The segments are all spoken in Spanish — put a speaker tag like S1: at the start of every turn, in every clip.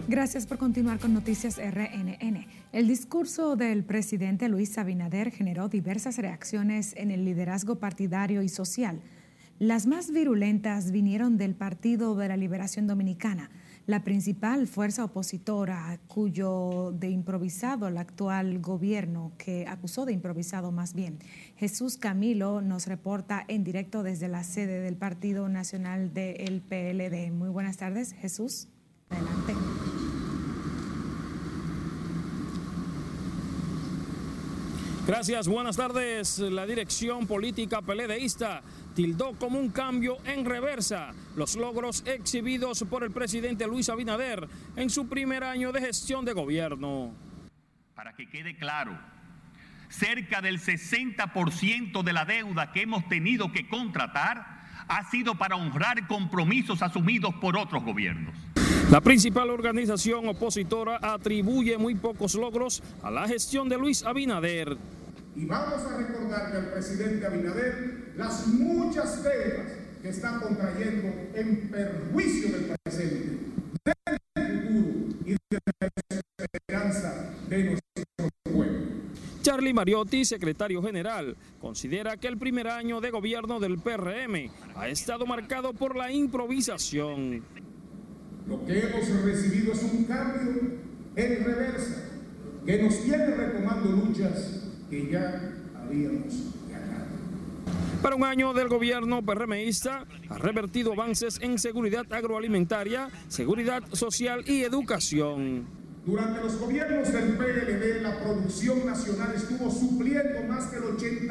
S1: Gracias por continuar con Noticias RNN. El discurso del presidente Luis Abinader generó diversas reacciones en el liderazgo partidario y social. Las más virulentas vinieron del Partido de la Liberación Dominicana, la principal fuerza opositora cuyo de improvisado el actual gobierno, que acusó de improvisado más bien. Jesús Camilo nos reporta en directo desde la sede del Partido Nacional del PLD. Muy buenas tardes, Jesús. Adelante.
S2: Gracias, buenas tardes. La dirección política PLDista tildó como un cambio en reversa los logros exhibidos por el presidente Luis Abinader en su primer año de gestión de gobierno.
S3: Para que quede claro, cerca del 60% de la deuda que hemos tenido que contratar ha sido para honrar compromisos asumidos por otros gobiernos.
S2: La principal organización opositora atribuye muy pocos logros a la gestión de Luis Abinader.
S4: Y vamos a recordarle al presidente Abinader las muchas deudas que está contrayendo en perjuicio del presente, del futuro y de la esperanza de nuestro pueblo.
S2: Charlie Mariotti, secretario general, considera que el primer año de gobierno del PRM ha estado marcado por la improvisación.
S4: Lo que hemos recibido es un cambio en reversa que nos tiene retomando luchas que ya habíamos ganado.
S2: Para un año del gobierno PRMista ha revertido avances en seguridad agroalimentaria, seguridad social y educación.
S4: Durante los gobiernos del PLD, la producción nacional estuvo supliendo más del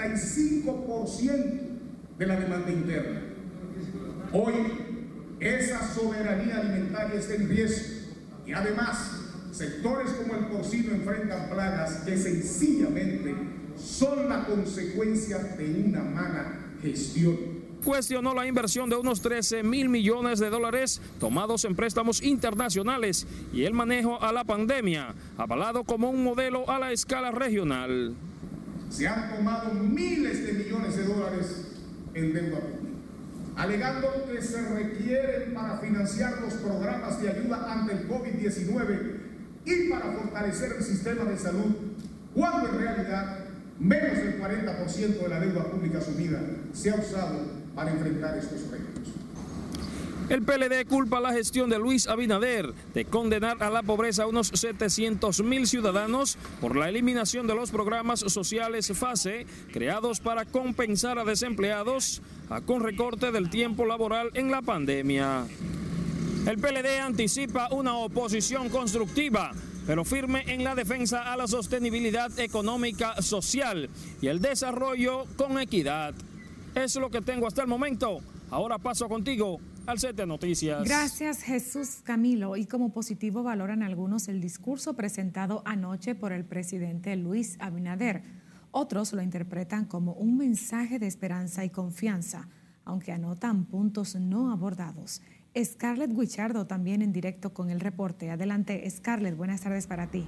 S4: 85% de la demanda interna. Hoy, esa soberanía alimentaria está en riesgo y además sectores como el porcino enfrentan plagas que sencillamente son la consecuencia de una mala gestión.
S2: Cuestionó la inversión de unos 13.000 millones de dólares tomados en préstamos internacionales y el manejo a la pandemia, avalado como un modelo a la escala regional.
S4: Se han tomado miles de millones de dólares en deuda pública, alegando que se requieren para financiar los programas de ayuda ante el COVID-19 y para fortalecer el sistema de salud, cuando en realidad menos del 40% de la deuda pública asumida se ha usado para enfrentar estos retos.
S2: El PLD culpa la gestión de Luis Abinader de condenar a la pobreza a unos 700.000 ciudadanos por la eliminación de los programas sociales FASE creados para compensar a desempleados con recorte del tiempo laboral en la pandemia. El PLD anticipa una oposición constructiva, pero firme en la defensa a la sostenibilidad económica, social y el desarrollo con equidad. Es lo que tengo hasta el momento. Ahora paso contigo al set de noticias.
S1: Gracias, Jesús Camilo. Y como positivo valoran algunos el discurso presentado anoche por el presidente Luis Abinader. Otros lo interpretan como un mensaje de esperanza y confianza, aunque anotan puntos no abordados. Scarlett Guichardo también en directo con el reporte. Adelante, Scarlett, buenas tardes para ti.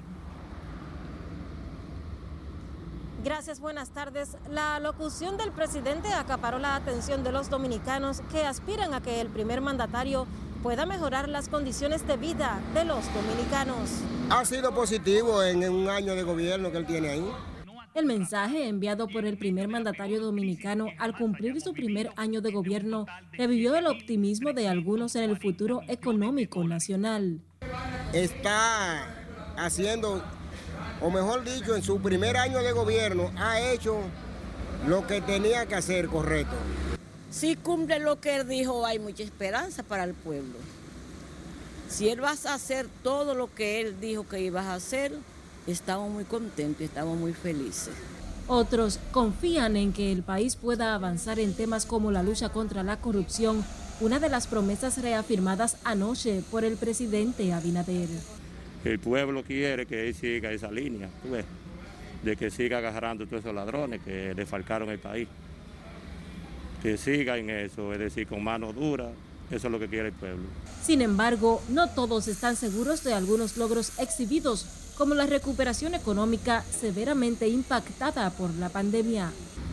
S5: Gracias, buenas tardes. La locución del presidente acaparó la atención de los dominicanos que aspiran a que el primer mandatario pueda mejorar las condiciones de vida de los dominicanos.
S6: Ha sido positivo en un año de gobierno que él tiene ahí.
S5: El mensaje enviado por el primer mandatario dominicano al cumplir su primer año de gobierno revivió el optimismo de algunos en el futuro económico nacional.
S6: Está haciendo, o mejor dicho, en su primer año de gobierno ha hecho lo que tenía que hacer correcto.
S7: Si cumple lo que él dijo, hay mucha esperanza para el pueblo. Si él va a hacer todo lo que él dijo que iba a hacer, estamos muy contentos, estamos muy felices.
S5: Otros confían en que el país pueda avanzar en temas como la lucha contra la corrupción, una de las promesas reafirmadas anoche por el presidente Abinader.
S8: El pueblo quiere que él siga esa línea, ¿tú ves? De que siga agarrando a todos esos ladrones que defalcaron el país. Que siga en eso, es decir, con mano dura, eso es lo que quiere el pueblo.
S5: Sin embargo, no todos están seguros de algunos logros exhibidos, como la recuperación económica severamente impactada por la pandemia.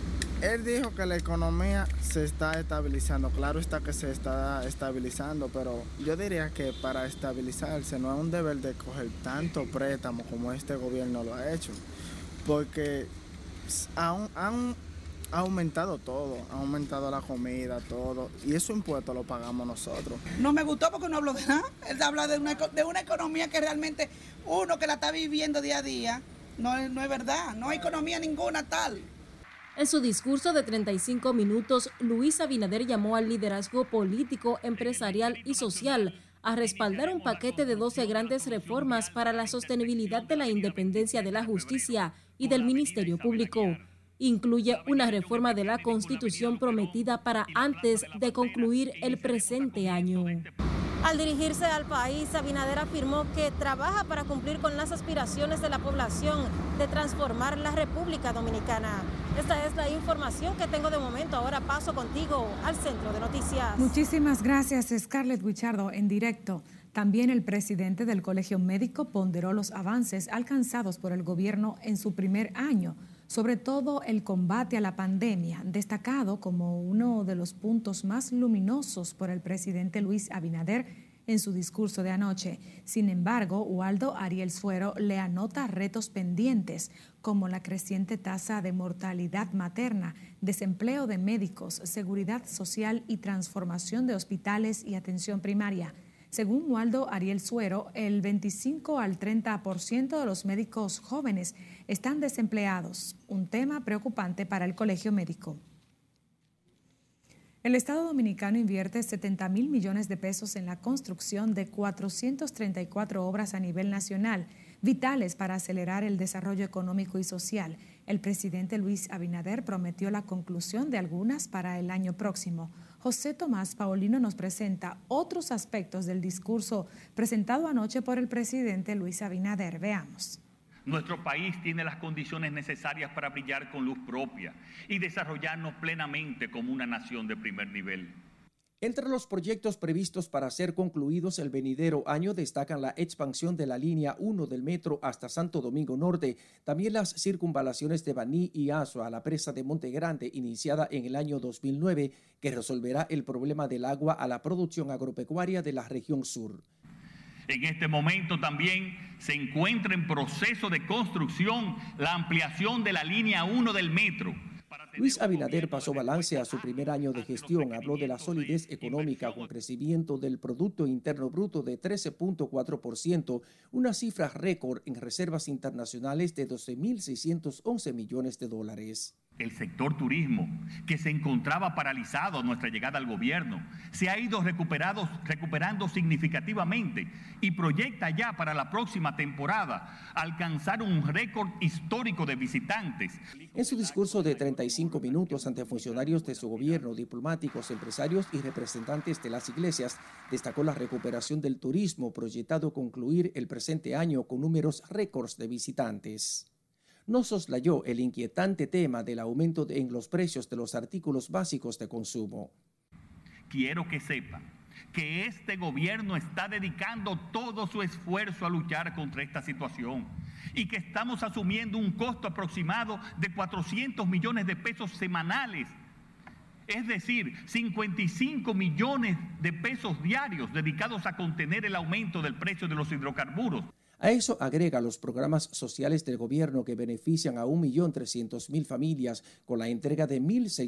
S9: Él dijo que la economía se está estabilizando. Claro está que se está estabilizando, pero yo diría que para estabilizarse no es un deber de coger tanto préstamo como este gobierno lo ha hecho, porque han aumentado todo, ha aumentado la comida, todo, y esos impuestos los pagamos nosotros.
S10: No me gustó porque no habló de nada. Él habla de una economía que realmente uno que la está viviendo día a día, no es verdad, no hay economía ninguna tal.
S5: En su discurso de 35 minutos, Luis Abinader llamó al liderazgo político, empresarial y social a respaldar un paquete de 12 grandes reformas para la sostenibilidad de la independencia de la justicia y del Ministerio Público. Incluye una reforma de la Constitución prometida para antes de concluir el presente año. Al dirigirse al país, Abinader afirmó que trabaja para cumplir con las aspiraciones de la población de transformar la República Dominicana. Esta es la información que tengo de momento. Ahora paso contigo al Centro de Noticias.
S1: Muchísimas gracias, Scarlett Guichardo, en directo. También el presidente del Colegio Médico ponderó los avances alcanzados por el gobierno en su primer año, sobre todo el combate a la pandemia, destacado como uno de los puntos más luminosos por el presidente Luis Abinader en su discurso de anoche. Sin embargo, Waldo Ariel Suero le anota retos pendientes, como la creciente tasa de mortalidad materna, desempleo de médicos, seguridad social y transformación de hospitales y atención primaria. Según Waldo Ariel Suero, el 25 al 30% de los médicos jóvenes están desempleados, un tema preocupante para el Colegio Médico. El Estado Dominicano invierte 70.000 millones de pesos en la construcción de 434 obras a nivel nacional, vitales para acelerar el desarrollo económico y social. El presidente Luis Abinader prometió la conclusión de algunas para el año próximo. José Tomás Paulino nos presenta otros aspectos del discurso presentado anoche por el presidente Luis Abinader. Veamos.
S3: Nuestro país tiene las condiciones necesarias para brillar con luz propia y desarrollarnos plenamente como una nación de primer nivel.
S11: Entre los proyectos previstos para ser concluidos el venidero año destacan la expansión de la línea 1 del metro hasta Santo Domingo Norte, también las circunvalaciones de Baní y Azua a la presa de Monte Grande, iniciada en el año 2009, que resolverá el problema del agua a la producción agropecuaria de la región sur.
S3: En este momento también se encuentra en proceso de construcción la ampliación de la línea 1 del metro.
S11: Luis Abinader pasó balance a su primer año de gestión. Habló de la solidez económica con crecimiento del Producto Interno Bruto de 13.4%, una cifra récord en reservas internacionales de 12.611 millones de dólares.
S3: El sector turismo, que se encontraba paralizado a nuestra llegada al gobierno, se ha ido recuperando significativamente y proyecta ya para la próxima temporada alcanzar un récord histórico de visitantes.
S11: En su discurso de 35 minutos ante funcionarios de su gobierno, diplomáticos, empresarios y representantes de las iglesias, destacó la recuperación del turismo, proyectado concluir el presente año con números récords de visitantes. No soslayó el inquietante tema del aumento en los precios de los artículos básicos de consumo.
S3: Quiero que sepan que este gobierno está dedicando todo su esfuerzo a luchar contra esta situación y que estamos asumiendo un costo aproximado de 400 millones de pesos semanales, es decir, 55 millones de pesos diarios dedicados a contener el aumento del precio de los hidrocarburos.
S11: A eso agrega los programas sociales del gobierno que benefician a 1.300.000 familias con la entrega de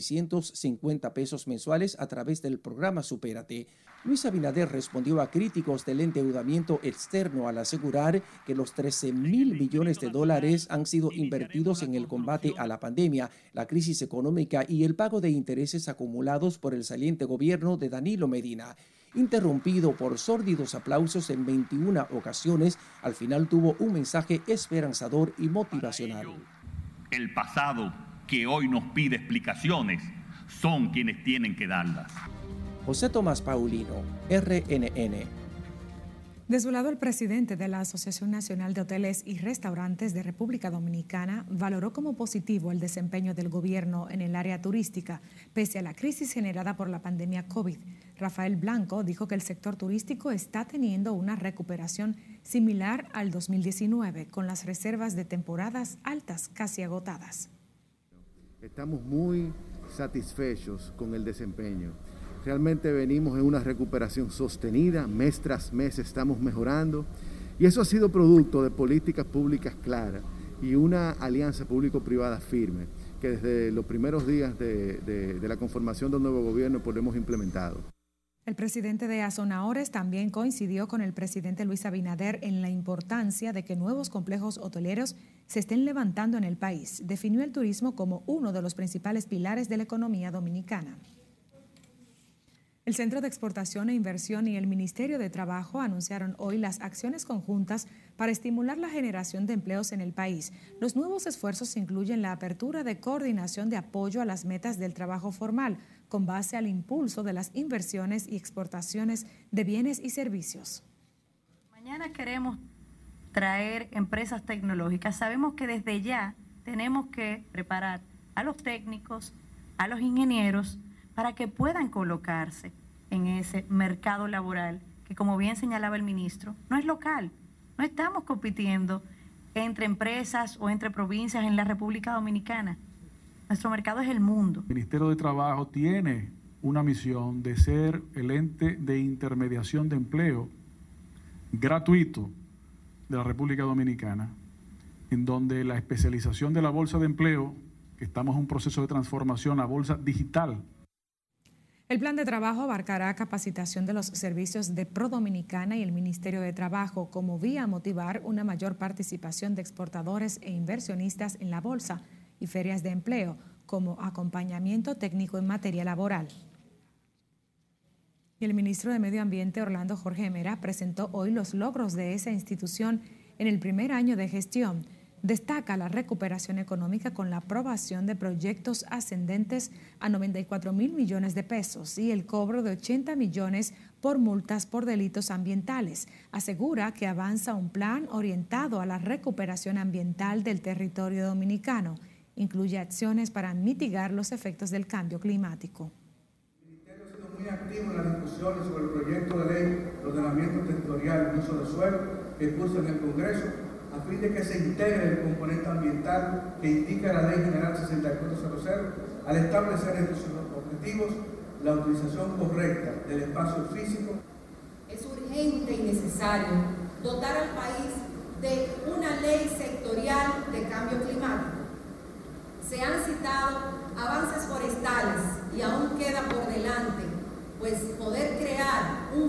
S11: 1.650 pesos mensuales a través del programa Supérate. Luis Abinader respondió a críticos del endeudamiento externo al asegurar que los 13.000 millones de dólares han sido invertidos en el combate a la pandemia, la crisis económica y el pago de intereses acumulados por el saliente gobierno de Danilo Medina. Interrumpido por sórdidos aplausos en 21 ocasiones, al final tuvo un mensaje esperanzador y motivacional.
S3: El pasado, que hoy nos pide explicaciones, son quienes tienen que darlas.
S11: José Tomás Paulino, RNN.
S1: De su lado, el presidente de la Asociación Nacional de Hoteles y Restaurantes de República Dominicana valoró como positivo el desempeño del gobierno en el área turística, pese a la crisis generada por la pandemia COVID. Rafael Blanco dijo que el sector turístico está teniendo una recuperación similar al 2019, con las reservas de temporadas altas casi agotadas.
S12: Estamos muy satisfechos con el desempeño. Realmente venimos en una recuperación sostenida, mes tras mes estamos mejorando y eso ha sido producto de políticas públicas claras y una alianza público-privada firme que desde los primeros días de la conformación del nuevo gobierno pues hemos implementado.
S1: El presidente de Azonaores también coincidió con el presidente Luis Abinader en la importancia de que nuevos complejos hoteleros se estén levantando en el país. Definió el turismo como uno de los principales pilares de la economía dominicana. El Centro de Exportación e Inversión y el Ministerio de Trabajo anunciaron hoy las acciones conjuntas para estimular la generación de empleos en el país. Los nuevos esfuerzos incluyen la apertura de coordinación de apoyo a las metas del trabajo formal, con base al impulso de las inversiones y exportaciones de bienes y servicios.
S13: Mañana queremos traer empresas tecnológicas. Sabemos que desde ya tenemos que preparar a los técnicos, a los ingenieros, para que puedan colocarse en ese mercado laboral que, como bien señalaba el ministro, no es local. No estamos compitiendo entre empresas o entre provincias en la República Dominicana. Nuestro mercado es el mundo.
S14: El Ministerio de Trabajo tiene una misión de ser el ente de intermediación de empleo gratuito de la República Dominicana, en donde la especialización de la bolsa de empleo, que estamos en un proceso de transformación a bolsa digital.
S1: El plan de trabajo abarcará capacitación de los servicios de ProDominicana y el Ministerio de Trabajo como vía a motivar una mayor participación de exportadores e inversionistas en la bolsa y ferias de empleo, como acompañamiento técnico en materia laboral. Y el ministro de Medio Ambiente, Orlando Jorge Mera, presentó hoy los logros de esa institución en el primer año de gestión. Destaca la recuperación económica con la aprobación de proyectos ascendentes a 94.000 millones de pesos y el cobro de 80 millones por multas por delitos ambientales. Asegura que avanza un plan orientado a la recuperación ambiental del territorio dominicano. Incluye acciones para mitigar los efectos del cambio climático.
S15: El Ministerio ha sido muy activo en las discusiones sobre el proyecto de ley de ordenamiento territorial y uso de suelo que cursa en el Congreso, a fin de que se integre el componente ambiental que indica la Ley General 6400 al establecer entre sus objetivos la utilización correcta del espacio físico.
S16: Es urgente y necesario dotar al país de una ley sectorial de cambio climático. Se han citado avances forestales y aún queda por delante, pues poder crear un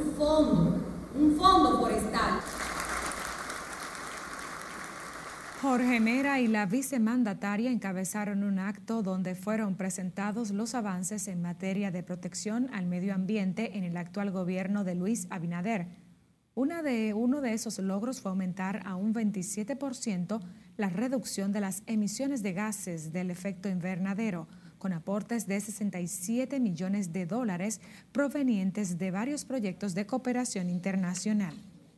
S16: fondo forestal.
S1: Jorge Mera y la vicemandataria encabezaron un acto donde fueron presentados los avances en materia de protección al medio ambiente en el actual gobierno de Luis Abinader. Uno de esos logros fue aumentar a un 27% la reducción de las emisiones de gases del efecto invernadero, con aportes de $67 millones provenientes de varios proyectos de cooperación internacional.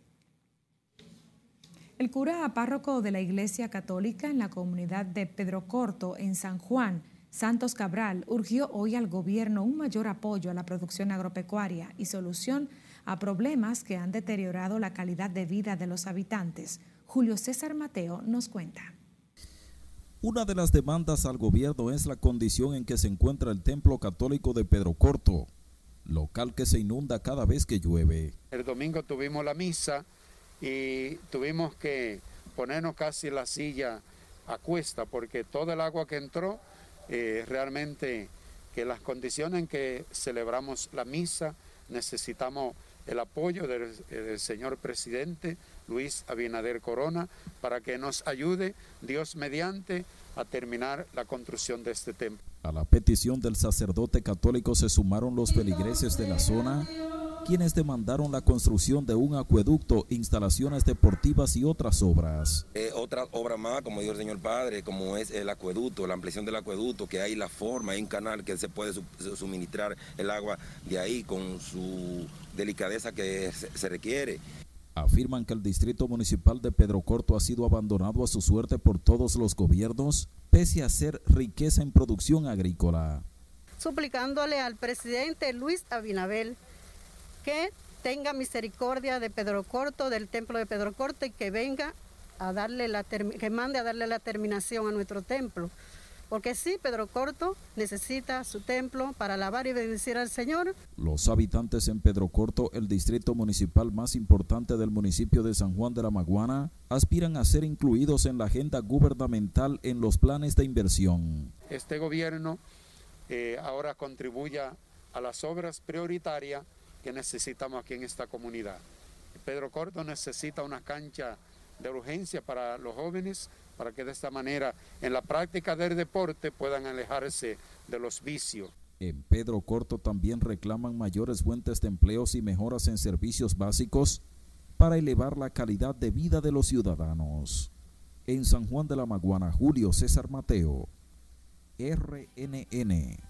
S1: El cura párroco de la Iglesia Católica en la comunidad de Pedro Corto, en San Juan, Santos Cabral, urgió hoy al gobierno un mayor apoyo a la producción agropecuaria y solución a problemas que han deteriorado la calidad de vida de los habitantes. Julio César Mateo nos cuenta.
S17: Una de las demandas al gobierno es la condición en que se encuentra el templo católico de Pedro Corto, local que se inunda cada vez que llueve.
S18: El domingo tuvimos la misa y tuvimos que ponernos casi la silla a cuesta porque todo el agua que entró, realmente que las condiciones en que celebramos la misa necesitamos el apoyo del señor presidente Luis Abinader Corona para que nos ayude, Dios mediante, a terminar la construcción de este templo.
S17: A la petición del sacerdote católico se sumaron los feligreses de la zona, quienes demandaron la construcción de un acueducto, instalaciones deportivas y otras obras.
S19: Otra obra más, como dijo el señor padre, como es el acueducto, la ampliación del acueducto, que hay la forma, hay un canal que se puede suministrar el agua de ahí con su delicadeza que se requiere.
S17: Afirman que el distrito municipal de Pedro Corto ha sido abandonado a su suerte por todos los gobiernos, pese a ser riqueza en producción agrícola.
S20: Suplicándole al presidente Luis Abinader que tenga misericordia de Pedro Corto, del templo de Pedro Corto, y que venga a darle que mande a darle la terminación a nuestro templo, Porque sí, Pedro Corto necesita su templo para alabar y bendecir al Señor.
S17: Los habitantes en Pedro Corto, el distrito municipal más importante del municipio de San Juan de la Maguana, aspiran a ser incluidos en la agenda gubernamental en los planes de inversión.
S18: Este gobierno ahora contribuya a las obras prioritarias que necesitamos aquí en esta comunidad. Pedro Corto necesita una cancha de urgencia para los jóvenes, para que de esta manera en la práctica del deporte puedan alejarse de los vicios.
S17: En Pedro Corto también reclaman mayores fuentes de empleos y mejoras en servicios básicos para elevar la calidad de vida de los ciudadanos. En San Juan de la Maguana, Julio César Mateo, RNN.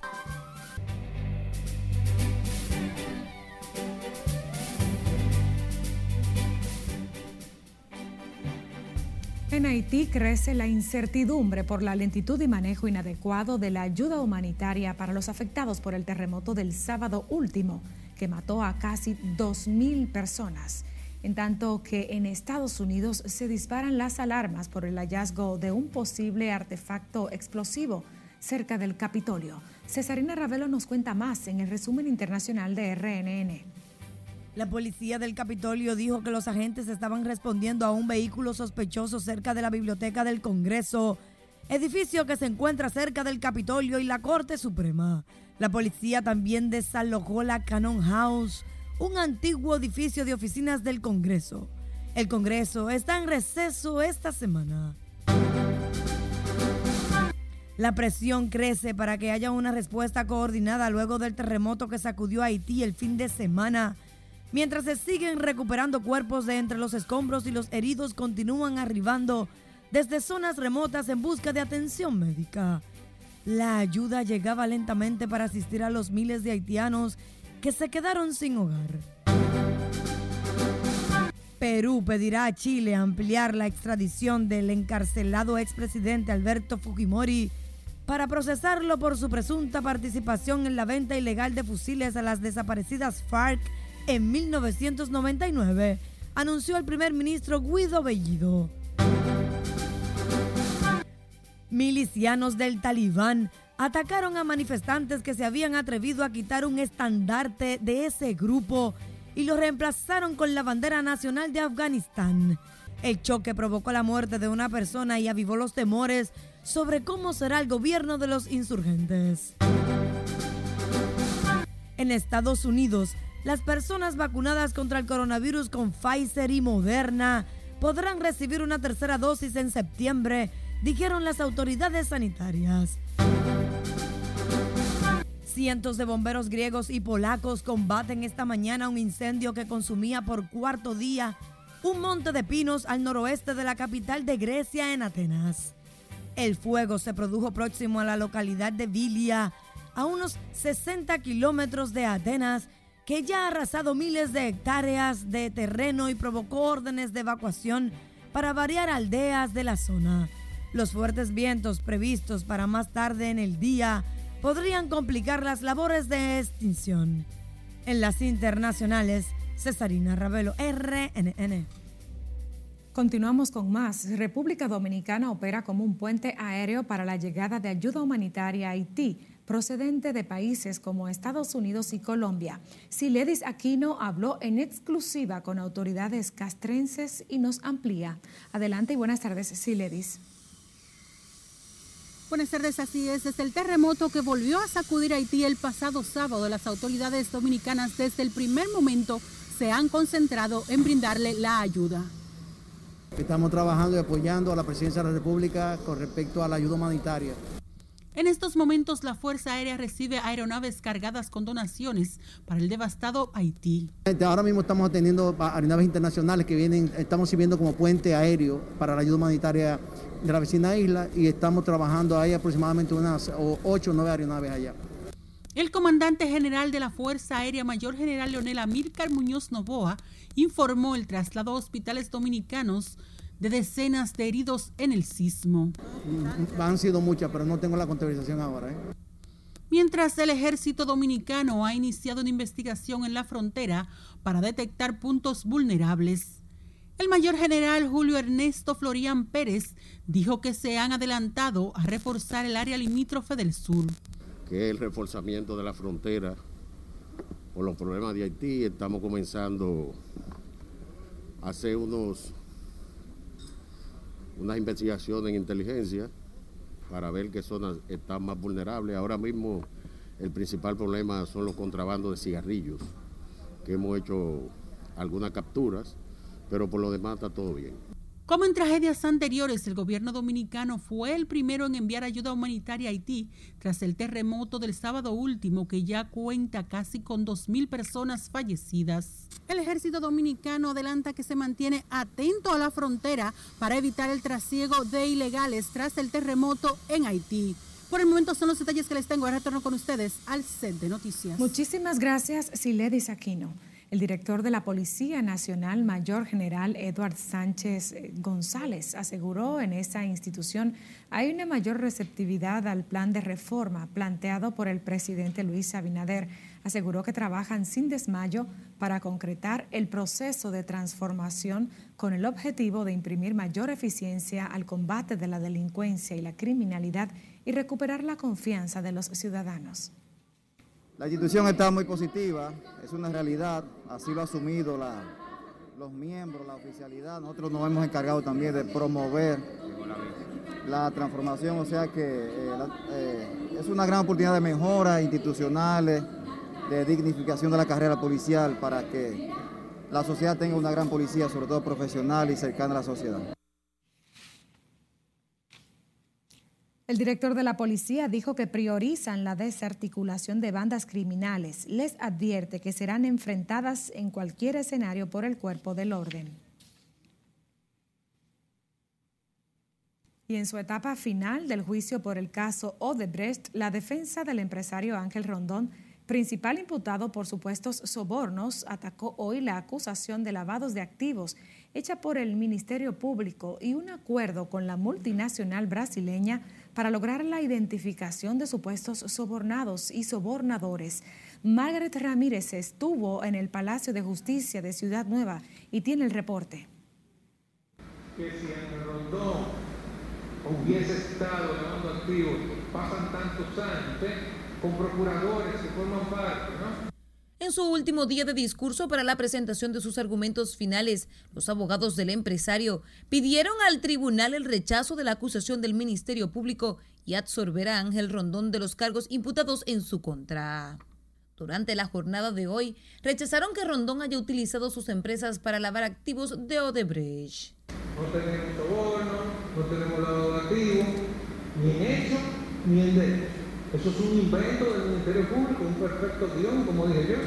S1: En Haití crece la incertidumbre por la lentitud y manejo inadecuado de la ayuda humanitaria para los afectados por el terremoto del sábado último, que mató a casi 2.000 personas. En tanto que en Estados Unidos se disparan las alarmas por el hallazgo de un posible artefacto explosivo cerca del Capitolio. Cesarina Ravelo nos cuenta más en el resumen internacional de RNN.
S21: La policía del Capitolio dijo que los agentes estaban respondiendo a un vehículo sospechoso cerca de la Biblioteca del Congreso, edificio que se encuentra cerca del Capitolio y la Corte Suprema. La policía también desalojó la Cannon House, un antiguo edificio de oficinas del Congreso. El Congreso está en receso esta semana. La presión crece para que haya una respuesta coordinada luego del terremoto que sacudió a Haití el fin de semana. Mientras se siguen recuperando cuerpos de entre los escombros y los heridos continúan arribando desde zonas remotas en busca de atención médica. La ayuda llegaba lentamente para asistir a los miles de haitianos que se quedaron sin hogar. Perú pedirá a Chile ampliar la extradición del encarcelado expresidente Alberto Fujimori para procesarlo por su presunta participación en la venta ilegal de fusiles a las desaparecidas FARC en 1999, anunció el primer ministro Guido Bellido. Milicianos del Talibán atacaron a manifestantes que se habían atrevido a quitar un estandarte de ese grupo y lo reemplazaron con la bandera nacional de Afganistán. El choque provocó la muerte de una persona y avivó los temores sobre cómo será el gobierno de los insurgentes. En Estados Unidos, las personas vacunadas contra el coronavirus con Pfizer y Moderna podrán recibir una tercera dosis en septiembre, dijeron las autoridades sanitarias. Cientos de bomberos griegos y polacos combaten esta mañana un incendio que consumía por cuarto día un monte de pinos al noroeste de la capital de Grecia, en Atenas. El fuego se produjo próximo a la localidad de Vilia, a unos 60 kilómetros de Atenas, que ya ha arrasado miles de hectáreas de terreno y provocó órdenes de evacuación para varias aldeas de la zona. Los fuertes vientos previstos para más tarde en el día podrían complicar las labores de extinción. En las internacionales, Cesarina Ravelo, RNN.
S1: Continuamos con más. República Dominicana opera como un puente aéreo para la llegada de ayuda humanitaria a Haití, procedente de países como Estados Unidos y Colombia. Siledis Aquino habló en exclusiva con autoridades castrenses y nos amplía. Adelante y buenas tardes, Siledis.
S22: Buenas tardes, así es. Desde el terremoto que volvió a sacudir a Haití el pasado sábado, las autoridades dominicanas desde el primer momento se han concentrado en brindarle la ayuda.
S23: Estamos trabajando y apoyando a la Presidencia de la República con respecto a la ayuda humanitaria.
S22: En estos momentos, la Fuerza Aérea recibe aeronaves cargadas con donaciones para el devastado Haití.
S23: Ahora mismo estamos atendiendo aeronaves internacionales que vienen, estamos sirviendo como puente aéreo para la ayuda humanitaria de la vecina isla y estamos trabajando ahí aproximadamente unas 8 o 9 aeronaves allá.
S22: El comandante general de la Fuerza Aérea, Mayor General Leonel Amílcar Muñoz Novoa, informó el traslado a hospitales dominicanos de decenas de heridos en el sismo.
S23: Han sido muchas, pero no tengo la contabilización ahora.
S22: Mientras el ejército dominicano ha iniciado una investigación en la frontera para detectar puntos vulnerables. El mayor general Julio Ernesto Florian Pérez dijo que se han adelantado a reforzar el área limítrofe del sur.
S2: Que el reforzamiento de la frontera por los problemas de Haití. Estamos comenzando a hacer unas investigaciones en inteligencia para ver qué zonas están más vulnerables. Ahora mismo el principal problema son los contrabandos de cigarrillos, que hemos hecho algunas capturas, pero por lo demás está todo bien.
S22: Como en tragedias anteriores, el gobierno dominicano fue el primero en enviar ayuda humanitaria a Haití tras el terremoto del sábado último, que ya cuenta casi con 2.000 personas fallecidas. El ejército dominicano adelanta que se mantiene atento a la frontera para evitar el trasiego de ilegales tras el terremoto en Haití. Por el momento son los detalles que les tengo. Ahora retorno con ustedes al set de noticias.
S1: Muchísimas gracias, Siledis Aquino. El director de la Policía Nacional, Mayor General Edward Sánchez González, aseguró en esa institución hay una mayor receptividad al plan de reforma planteado por el presidente Luis Abinader. Aseguró que trabajan sin desmayo para concretar el proceso de transformación con el objetivo de imprimir mayor eficiencia al combate de la delincuencia y la criminalidad y recuperar la confianza de los ciudadanos.
S4: La institución está muy positiva, es una realidad, así lo ha asumido los miembros, la oficialidad. Nosotros nos hemos encargado también de promover la transformación, o sea que es una gran oportunidad de mejoras institucionales, de dignificación de la carrera policial para que la sociedad tenga una gran policía, sobre todo profesional y cercana a la sociedad.
S1: El director de la policía dijo que priorizan la desarticulación de bandas criminales. Les advierte que serán enfrentadas en cualquier escenario por el cuerpo del orden. Y en su etapa final del juicio por el caso Odebrecht, la defensa del empresario Ángel Rondón, principal imputado por supuestos sobornos, atacó hoy la acusación de lavados de activos hecha por el Ministerio Público y un acuerdo con la multinacional brasileña para lograr la identificación de supuestos sobornados y sobornadores. Margaret Ramírez estuvo en el Palacio de Justicia de Ciudad Nueva y tiene el reporte.
S6: Que si en Rondón hubiese estado lavando activos, pasan tantos años, con procuradores que forman parte, ¿no?
S24: En su último día de discurso para la presentación de sus argumentos finales, los abogados del empresario pidieron al tribunal el rechazo de la acusación del Ministerio Público y absorber a Ángel Rondón de los cargos imputados en su contra. Durante la jornada de hoy, rechazaron que Rondón haya utilizado sus empresas para lavar activos de Odebrecht.
S6: No tenemos soborno, no tenemos lavado de activos, ni en hecho ni en derecho. Eso es un invento del Ministerio Público, un perfecto guión, como dije yo,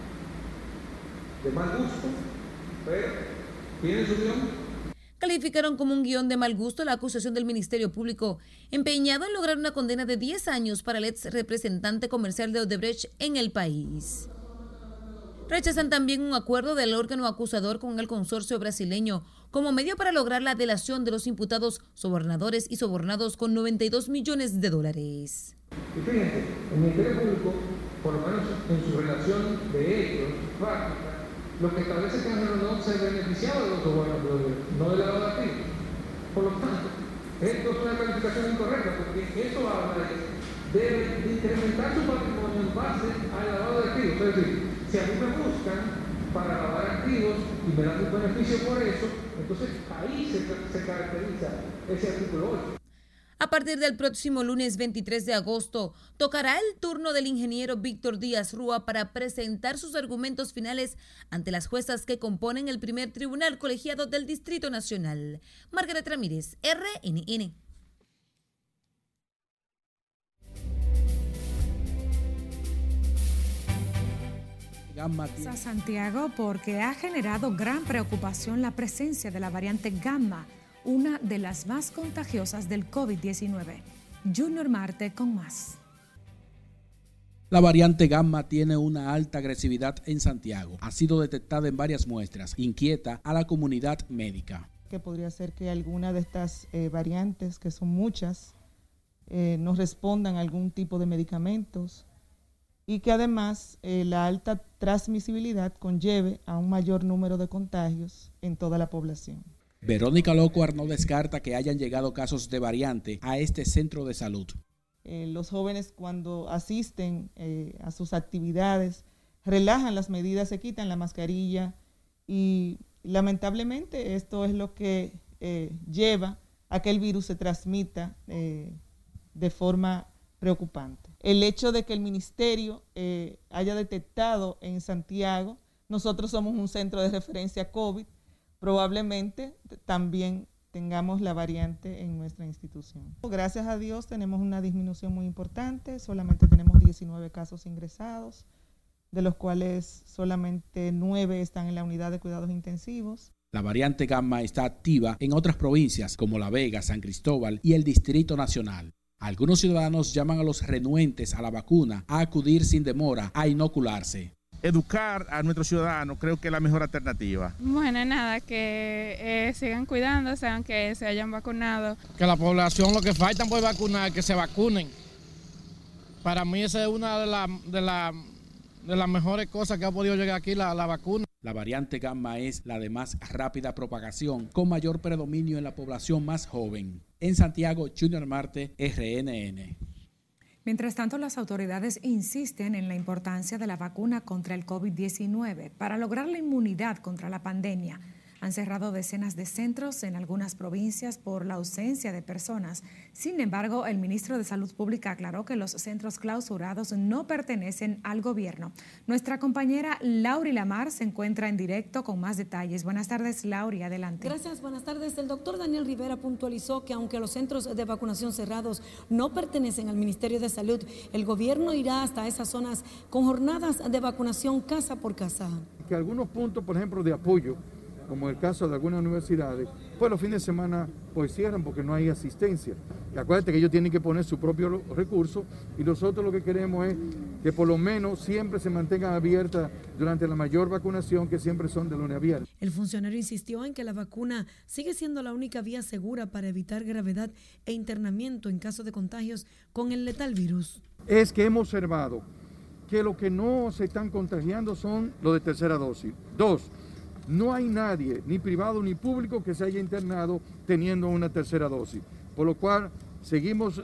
S6: de mal gusto, pero tiene su guión.
S24: Calificaron como un guión de mal gusto la acusación del Ministerio Público, empeñado en lograr una condena de 10 años para el ex representante comercial de Odebrecht en el país. Rechazan también un acuerdo del órgano acusador con el consorcio brasileño como medio para lograr la delación de los imputados sobornadores y sobornados con $92 millones.
S6: Y fíjense, el Ministerio Público, por lo menos en su relación de hechos, práctica, lo que establece que Ángel Rondón se beneficiaba de los sobornos, no del lavado de activos. Por lo tanto, esto es una calificación incorrecta, porque eso habla de incrementar su patrimonio en base al lavado de activos. Es decir, si a mí me buscan para lavar activos y me dan un beneficio por eso, entonces ahí se caracteriza ese artículo 8.
S24: A partir del próximo lunes 23 de agosto, tocará el turno del ingeniero Víctor Díaz Rúa para presentar sus argumentos finales ante las juezas que componen el primer tribunal colegiado del Distrito Nacional. Margaret Ramírez, RNN.
S1: A Santiago porque ha generado gran preocupación la presencia de la variante Gamma, una de las más contagiosas del COVID-19. Junior Marte con más.
S25: La variante Gamma tiene una alta agresividad en Santiago. Ha sido detectada en varias muestras. Inquieta a la comunidad médica.
S26: Que podría ser que alguna de estas variantes, que son muchas, no respondan a algún tipo de medicamentos y que además la alta transmisibilidad conlleve a un mayor número de contagios en toda la población.
S25: Verónica Locuar no descarta que hayan llegado casos de variante a este centro de salud.
S26: Los jóvenes cuando asisten a sus actividades relajan las medidas, se quitan la mascarilla y lamentablemente esto es lo que lleva a que el virus se transmita de forma preocupante. El hecho de que el ministerio haya detectado en Santiago, nosotros somos un centro de referencia COVID, probablemente también tengamos la variante en nuestra institución. Gracias a Dios tenemos una disminución muy importante, solamente tenemos 19 casos ingresados, de los cuales solamente 9 están en la unidad de cuidados intensivos.
S25: La variante Gamma está activa en otras provincias como La Vega, San Cristóbal y el Distrito Nacional. Algunos ciudadanos llaman a los renuentes a la vacuna a acudir sin demora a inocularse.
S3: Educar a nuestros ciudadanos creo que es la mejor alternativa.
S5: Bueno, nada, que sigan cuidándose aunque se hayan vacunado.
S7: Que la población lo que faltan por vacunar, que se vacunen. Para mí esa es una de las mejores cosas que ha podido llegar aquí, la vacuna.
S25: La variante Gamma es la de más rápida propagación, con mayor predominio en la población más joven. En Santiago, Junior Marte, RNN.
S1: Mientras tanto, las autoridades insisten en la importancia de la vacuna contra el COVID-19 para lograr la inmunidad contra la pandemia. Han cerrado decenas de centros en algunas provincias por la ausencia de personas. Sin embargo, el ministro de Salud Pública aclaró que los centros clausurados no pertenecen al gobierno. Nuestra compañera Lauri Lamar se encuentra en directo con más detalles. Buenas tardes, Lauri, adelante.
S8: Gracias, buenas tardes. El doctor Daniel Rivera puntualizó que aunque los centros de vacunación cerrados no pertenecen al Ministerio de Salud, el gobierno irá hasta esas zonas con jornadas de vacunación casa por casa.
S12: Que algunos puntos, por ejemplo, de apoyo, como el caso de algunas universidades, pues los fines de semana pues cierran porque no hay asistencia. Y acuérdate que ellos tienen que poner su propio recurso y nosotros lo que queremos es que por lo menos siempre se mantengan abiertas durante la mayor vacunación, que siempre son de lunes a viernes.
S8: El funcionario insistió en que la vacuna sigue siendo la única vía segura para evitar gravedad e internamiento en caso de contagios con el letal virus.
S12: Es que hemos observado que lo que no se están contagiando son los de tercera dosis. 2, no hay nadie, ni privado ni público, que se haya internado teniendo una tercera dosis. Por lo cual seguimos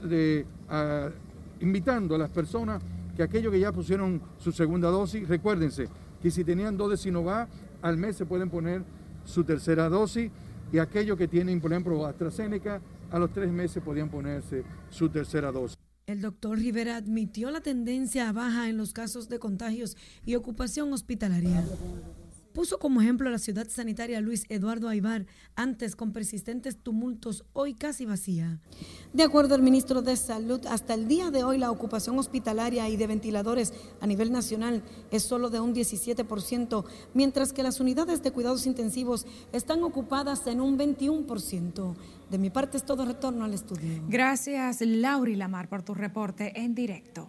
S12: invitando a las personas que aquellos que ya pusieron su segunda dosis, recuérdense que si tenían 2 de Sinovac, al mes se pueden poner su tercera dosis, y aquellos que tienen, por ejemplo, AstraZeneca, a los 3 meses podían ponerse su tercera dosis.
S8: El doctor Rivera admitió la tendencia a baja en los casos de contagios y ocupación hospitalaria. Puso como ejemplo la ciudad sanitaria Luis Eduardo Aybar, antes con persistentes tumultos, hoy casi vacía. De acuerdo al ministro de Salud, hasta el día de hoy la ocupación hospitalaria y de ventiladores a nivel nacional es solo de un 17%, mientras que las unidades de cuidados intensivos están ocupadas en un 21%. De mi parte es todo, retorno al estudio.
S1: Gracias, Lauri Lamar, por tu reporte en directo.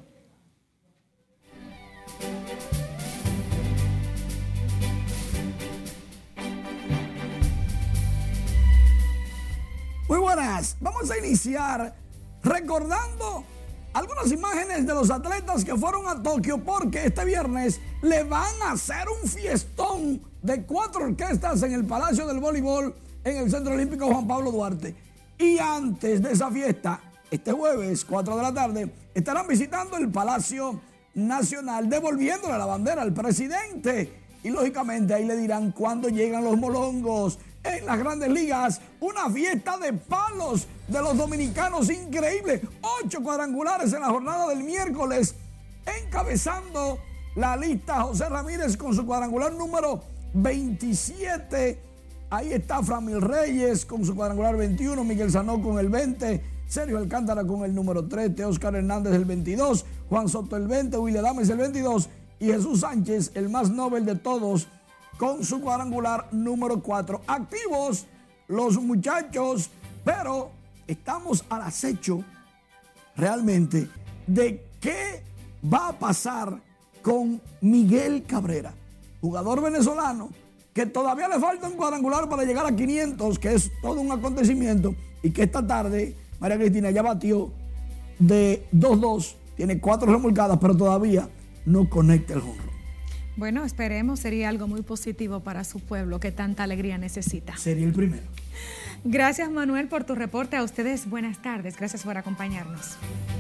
S9: Muy buenas, vamos a iniciar recordando algunas imágenes de los atletas que fueron a Tokio, porque este viernes le van a hacer un fiestón de 4 orquestas en el Palacio del Voleibol en el Centro Olímpico Juan Pablo Duarte. Y antes de esa fiesta, este jueves, 4 de la tarde, estarán visitando el Palacio Nacional, devolviéndole la bandera al presidente. Y lógicamente ahí le dirán cuándo llegan los molongos. En las grandes ligas, una fiesta de palos de los dominicanos increíble. 8 cuadrangulares en la jornada del miércoles. Encabezando la lista, José Ramírez con su cuadrangular número 27. Ahí está Framil Reyes con su cuadrangular 21, Miguel Sanó con el 20, Sergio Alcántara con el número 3, Oscar Hernández el 22, Juan Soto el 20, William Adames el 22 y Jesús Sánchez, el más noble de todos, con su cuadrangular número 4. Activos los muchachos, pero estamos al acecho realmente de qué va a pasar con Miguel Cabrera, jugador venezolano que todavía le falta un cuadrangular para llegar a 500, que es todo un acontecimiento, y que esta tarde María Cristina ya batió de 2-2, tiene 4 remolcadas, pero todavía no conecte el jonrón.
S1: Bueno, esperemos, sería algo muy positivo para su pueblo que tanta alegría necesita.
S9: Sería el primero.
S1: Gracias, Manuel, por tu reporte. A ustedes, buenas tardes. Gracias por acompañarnos.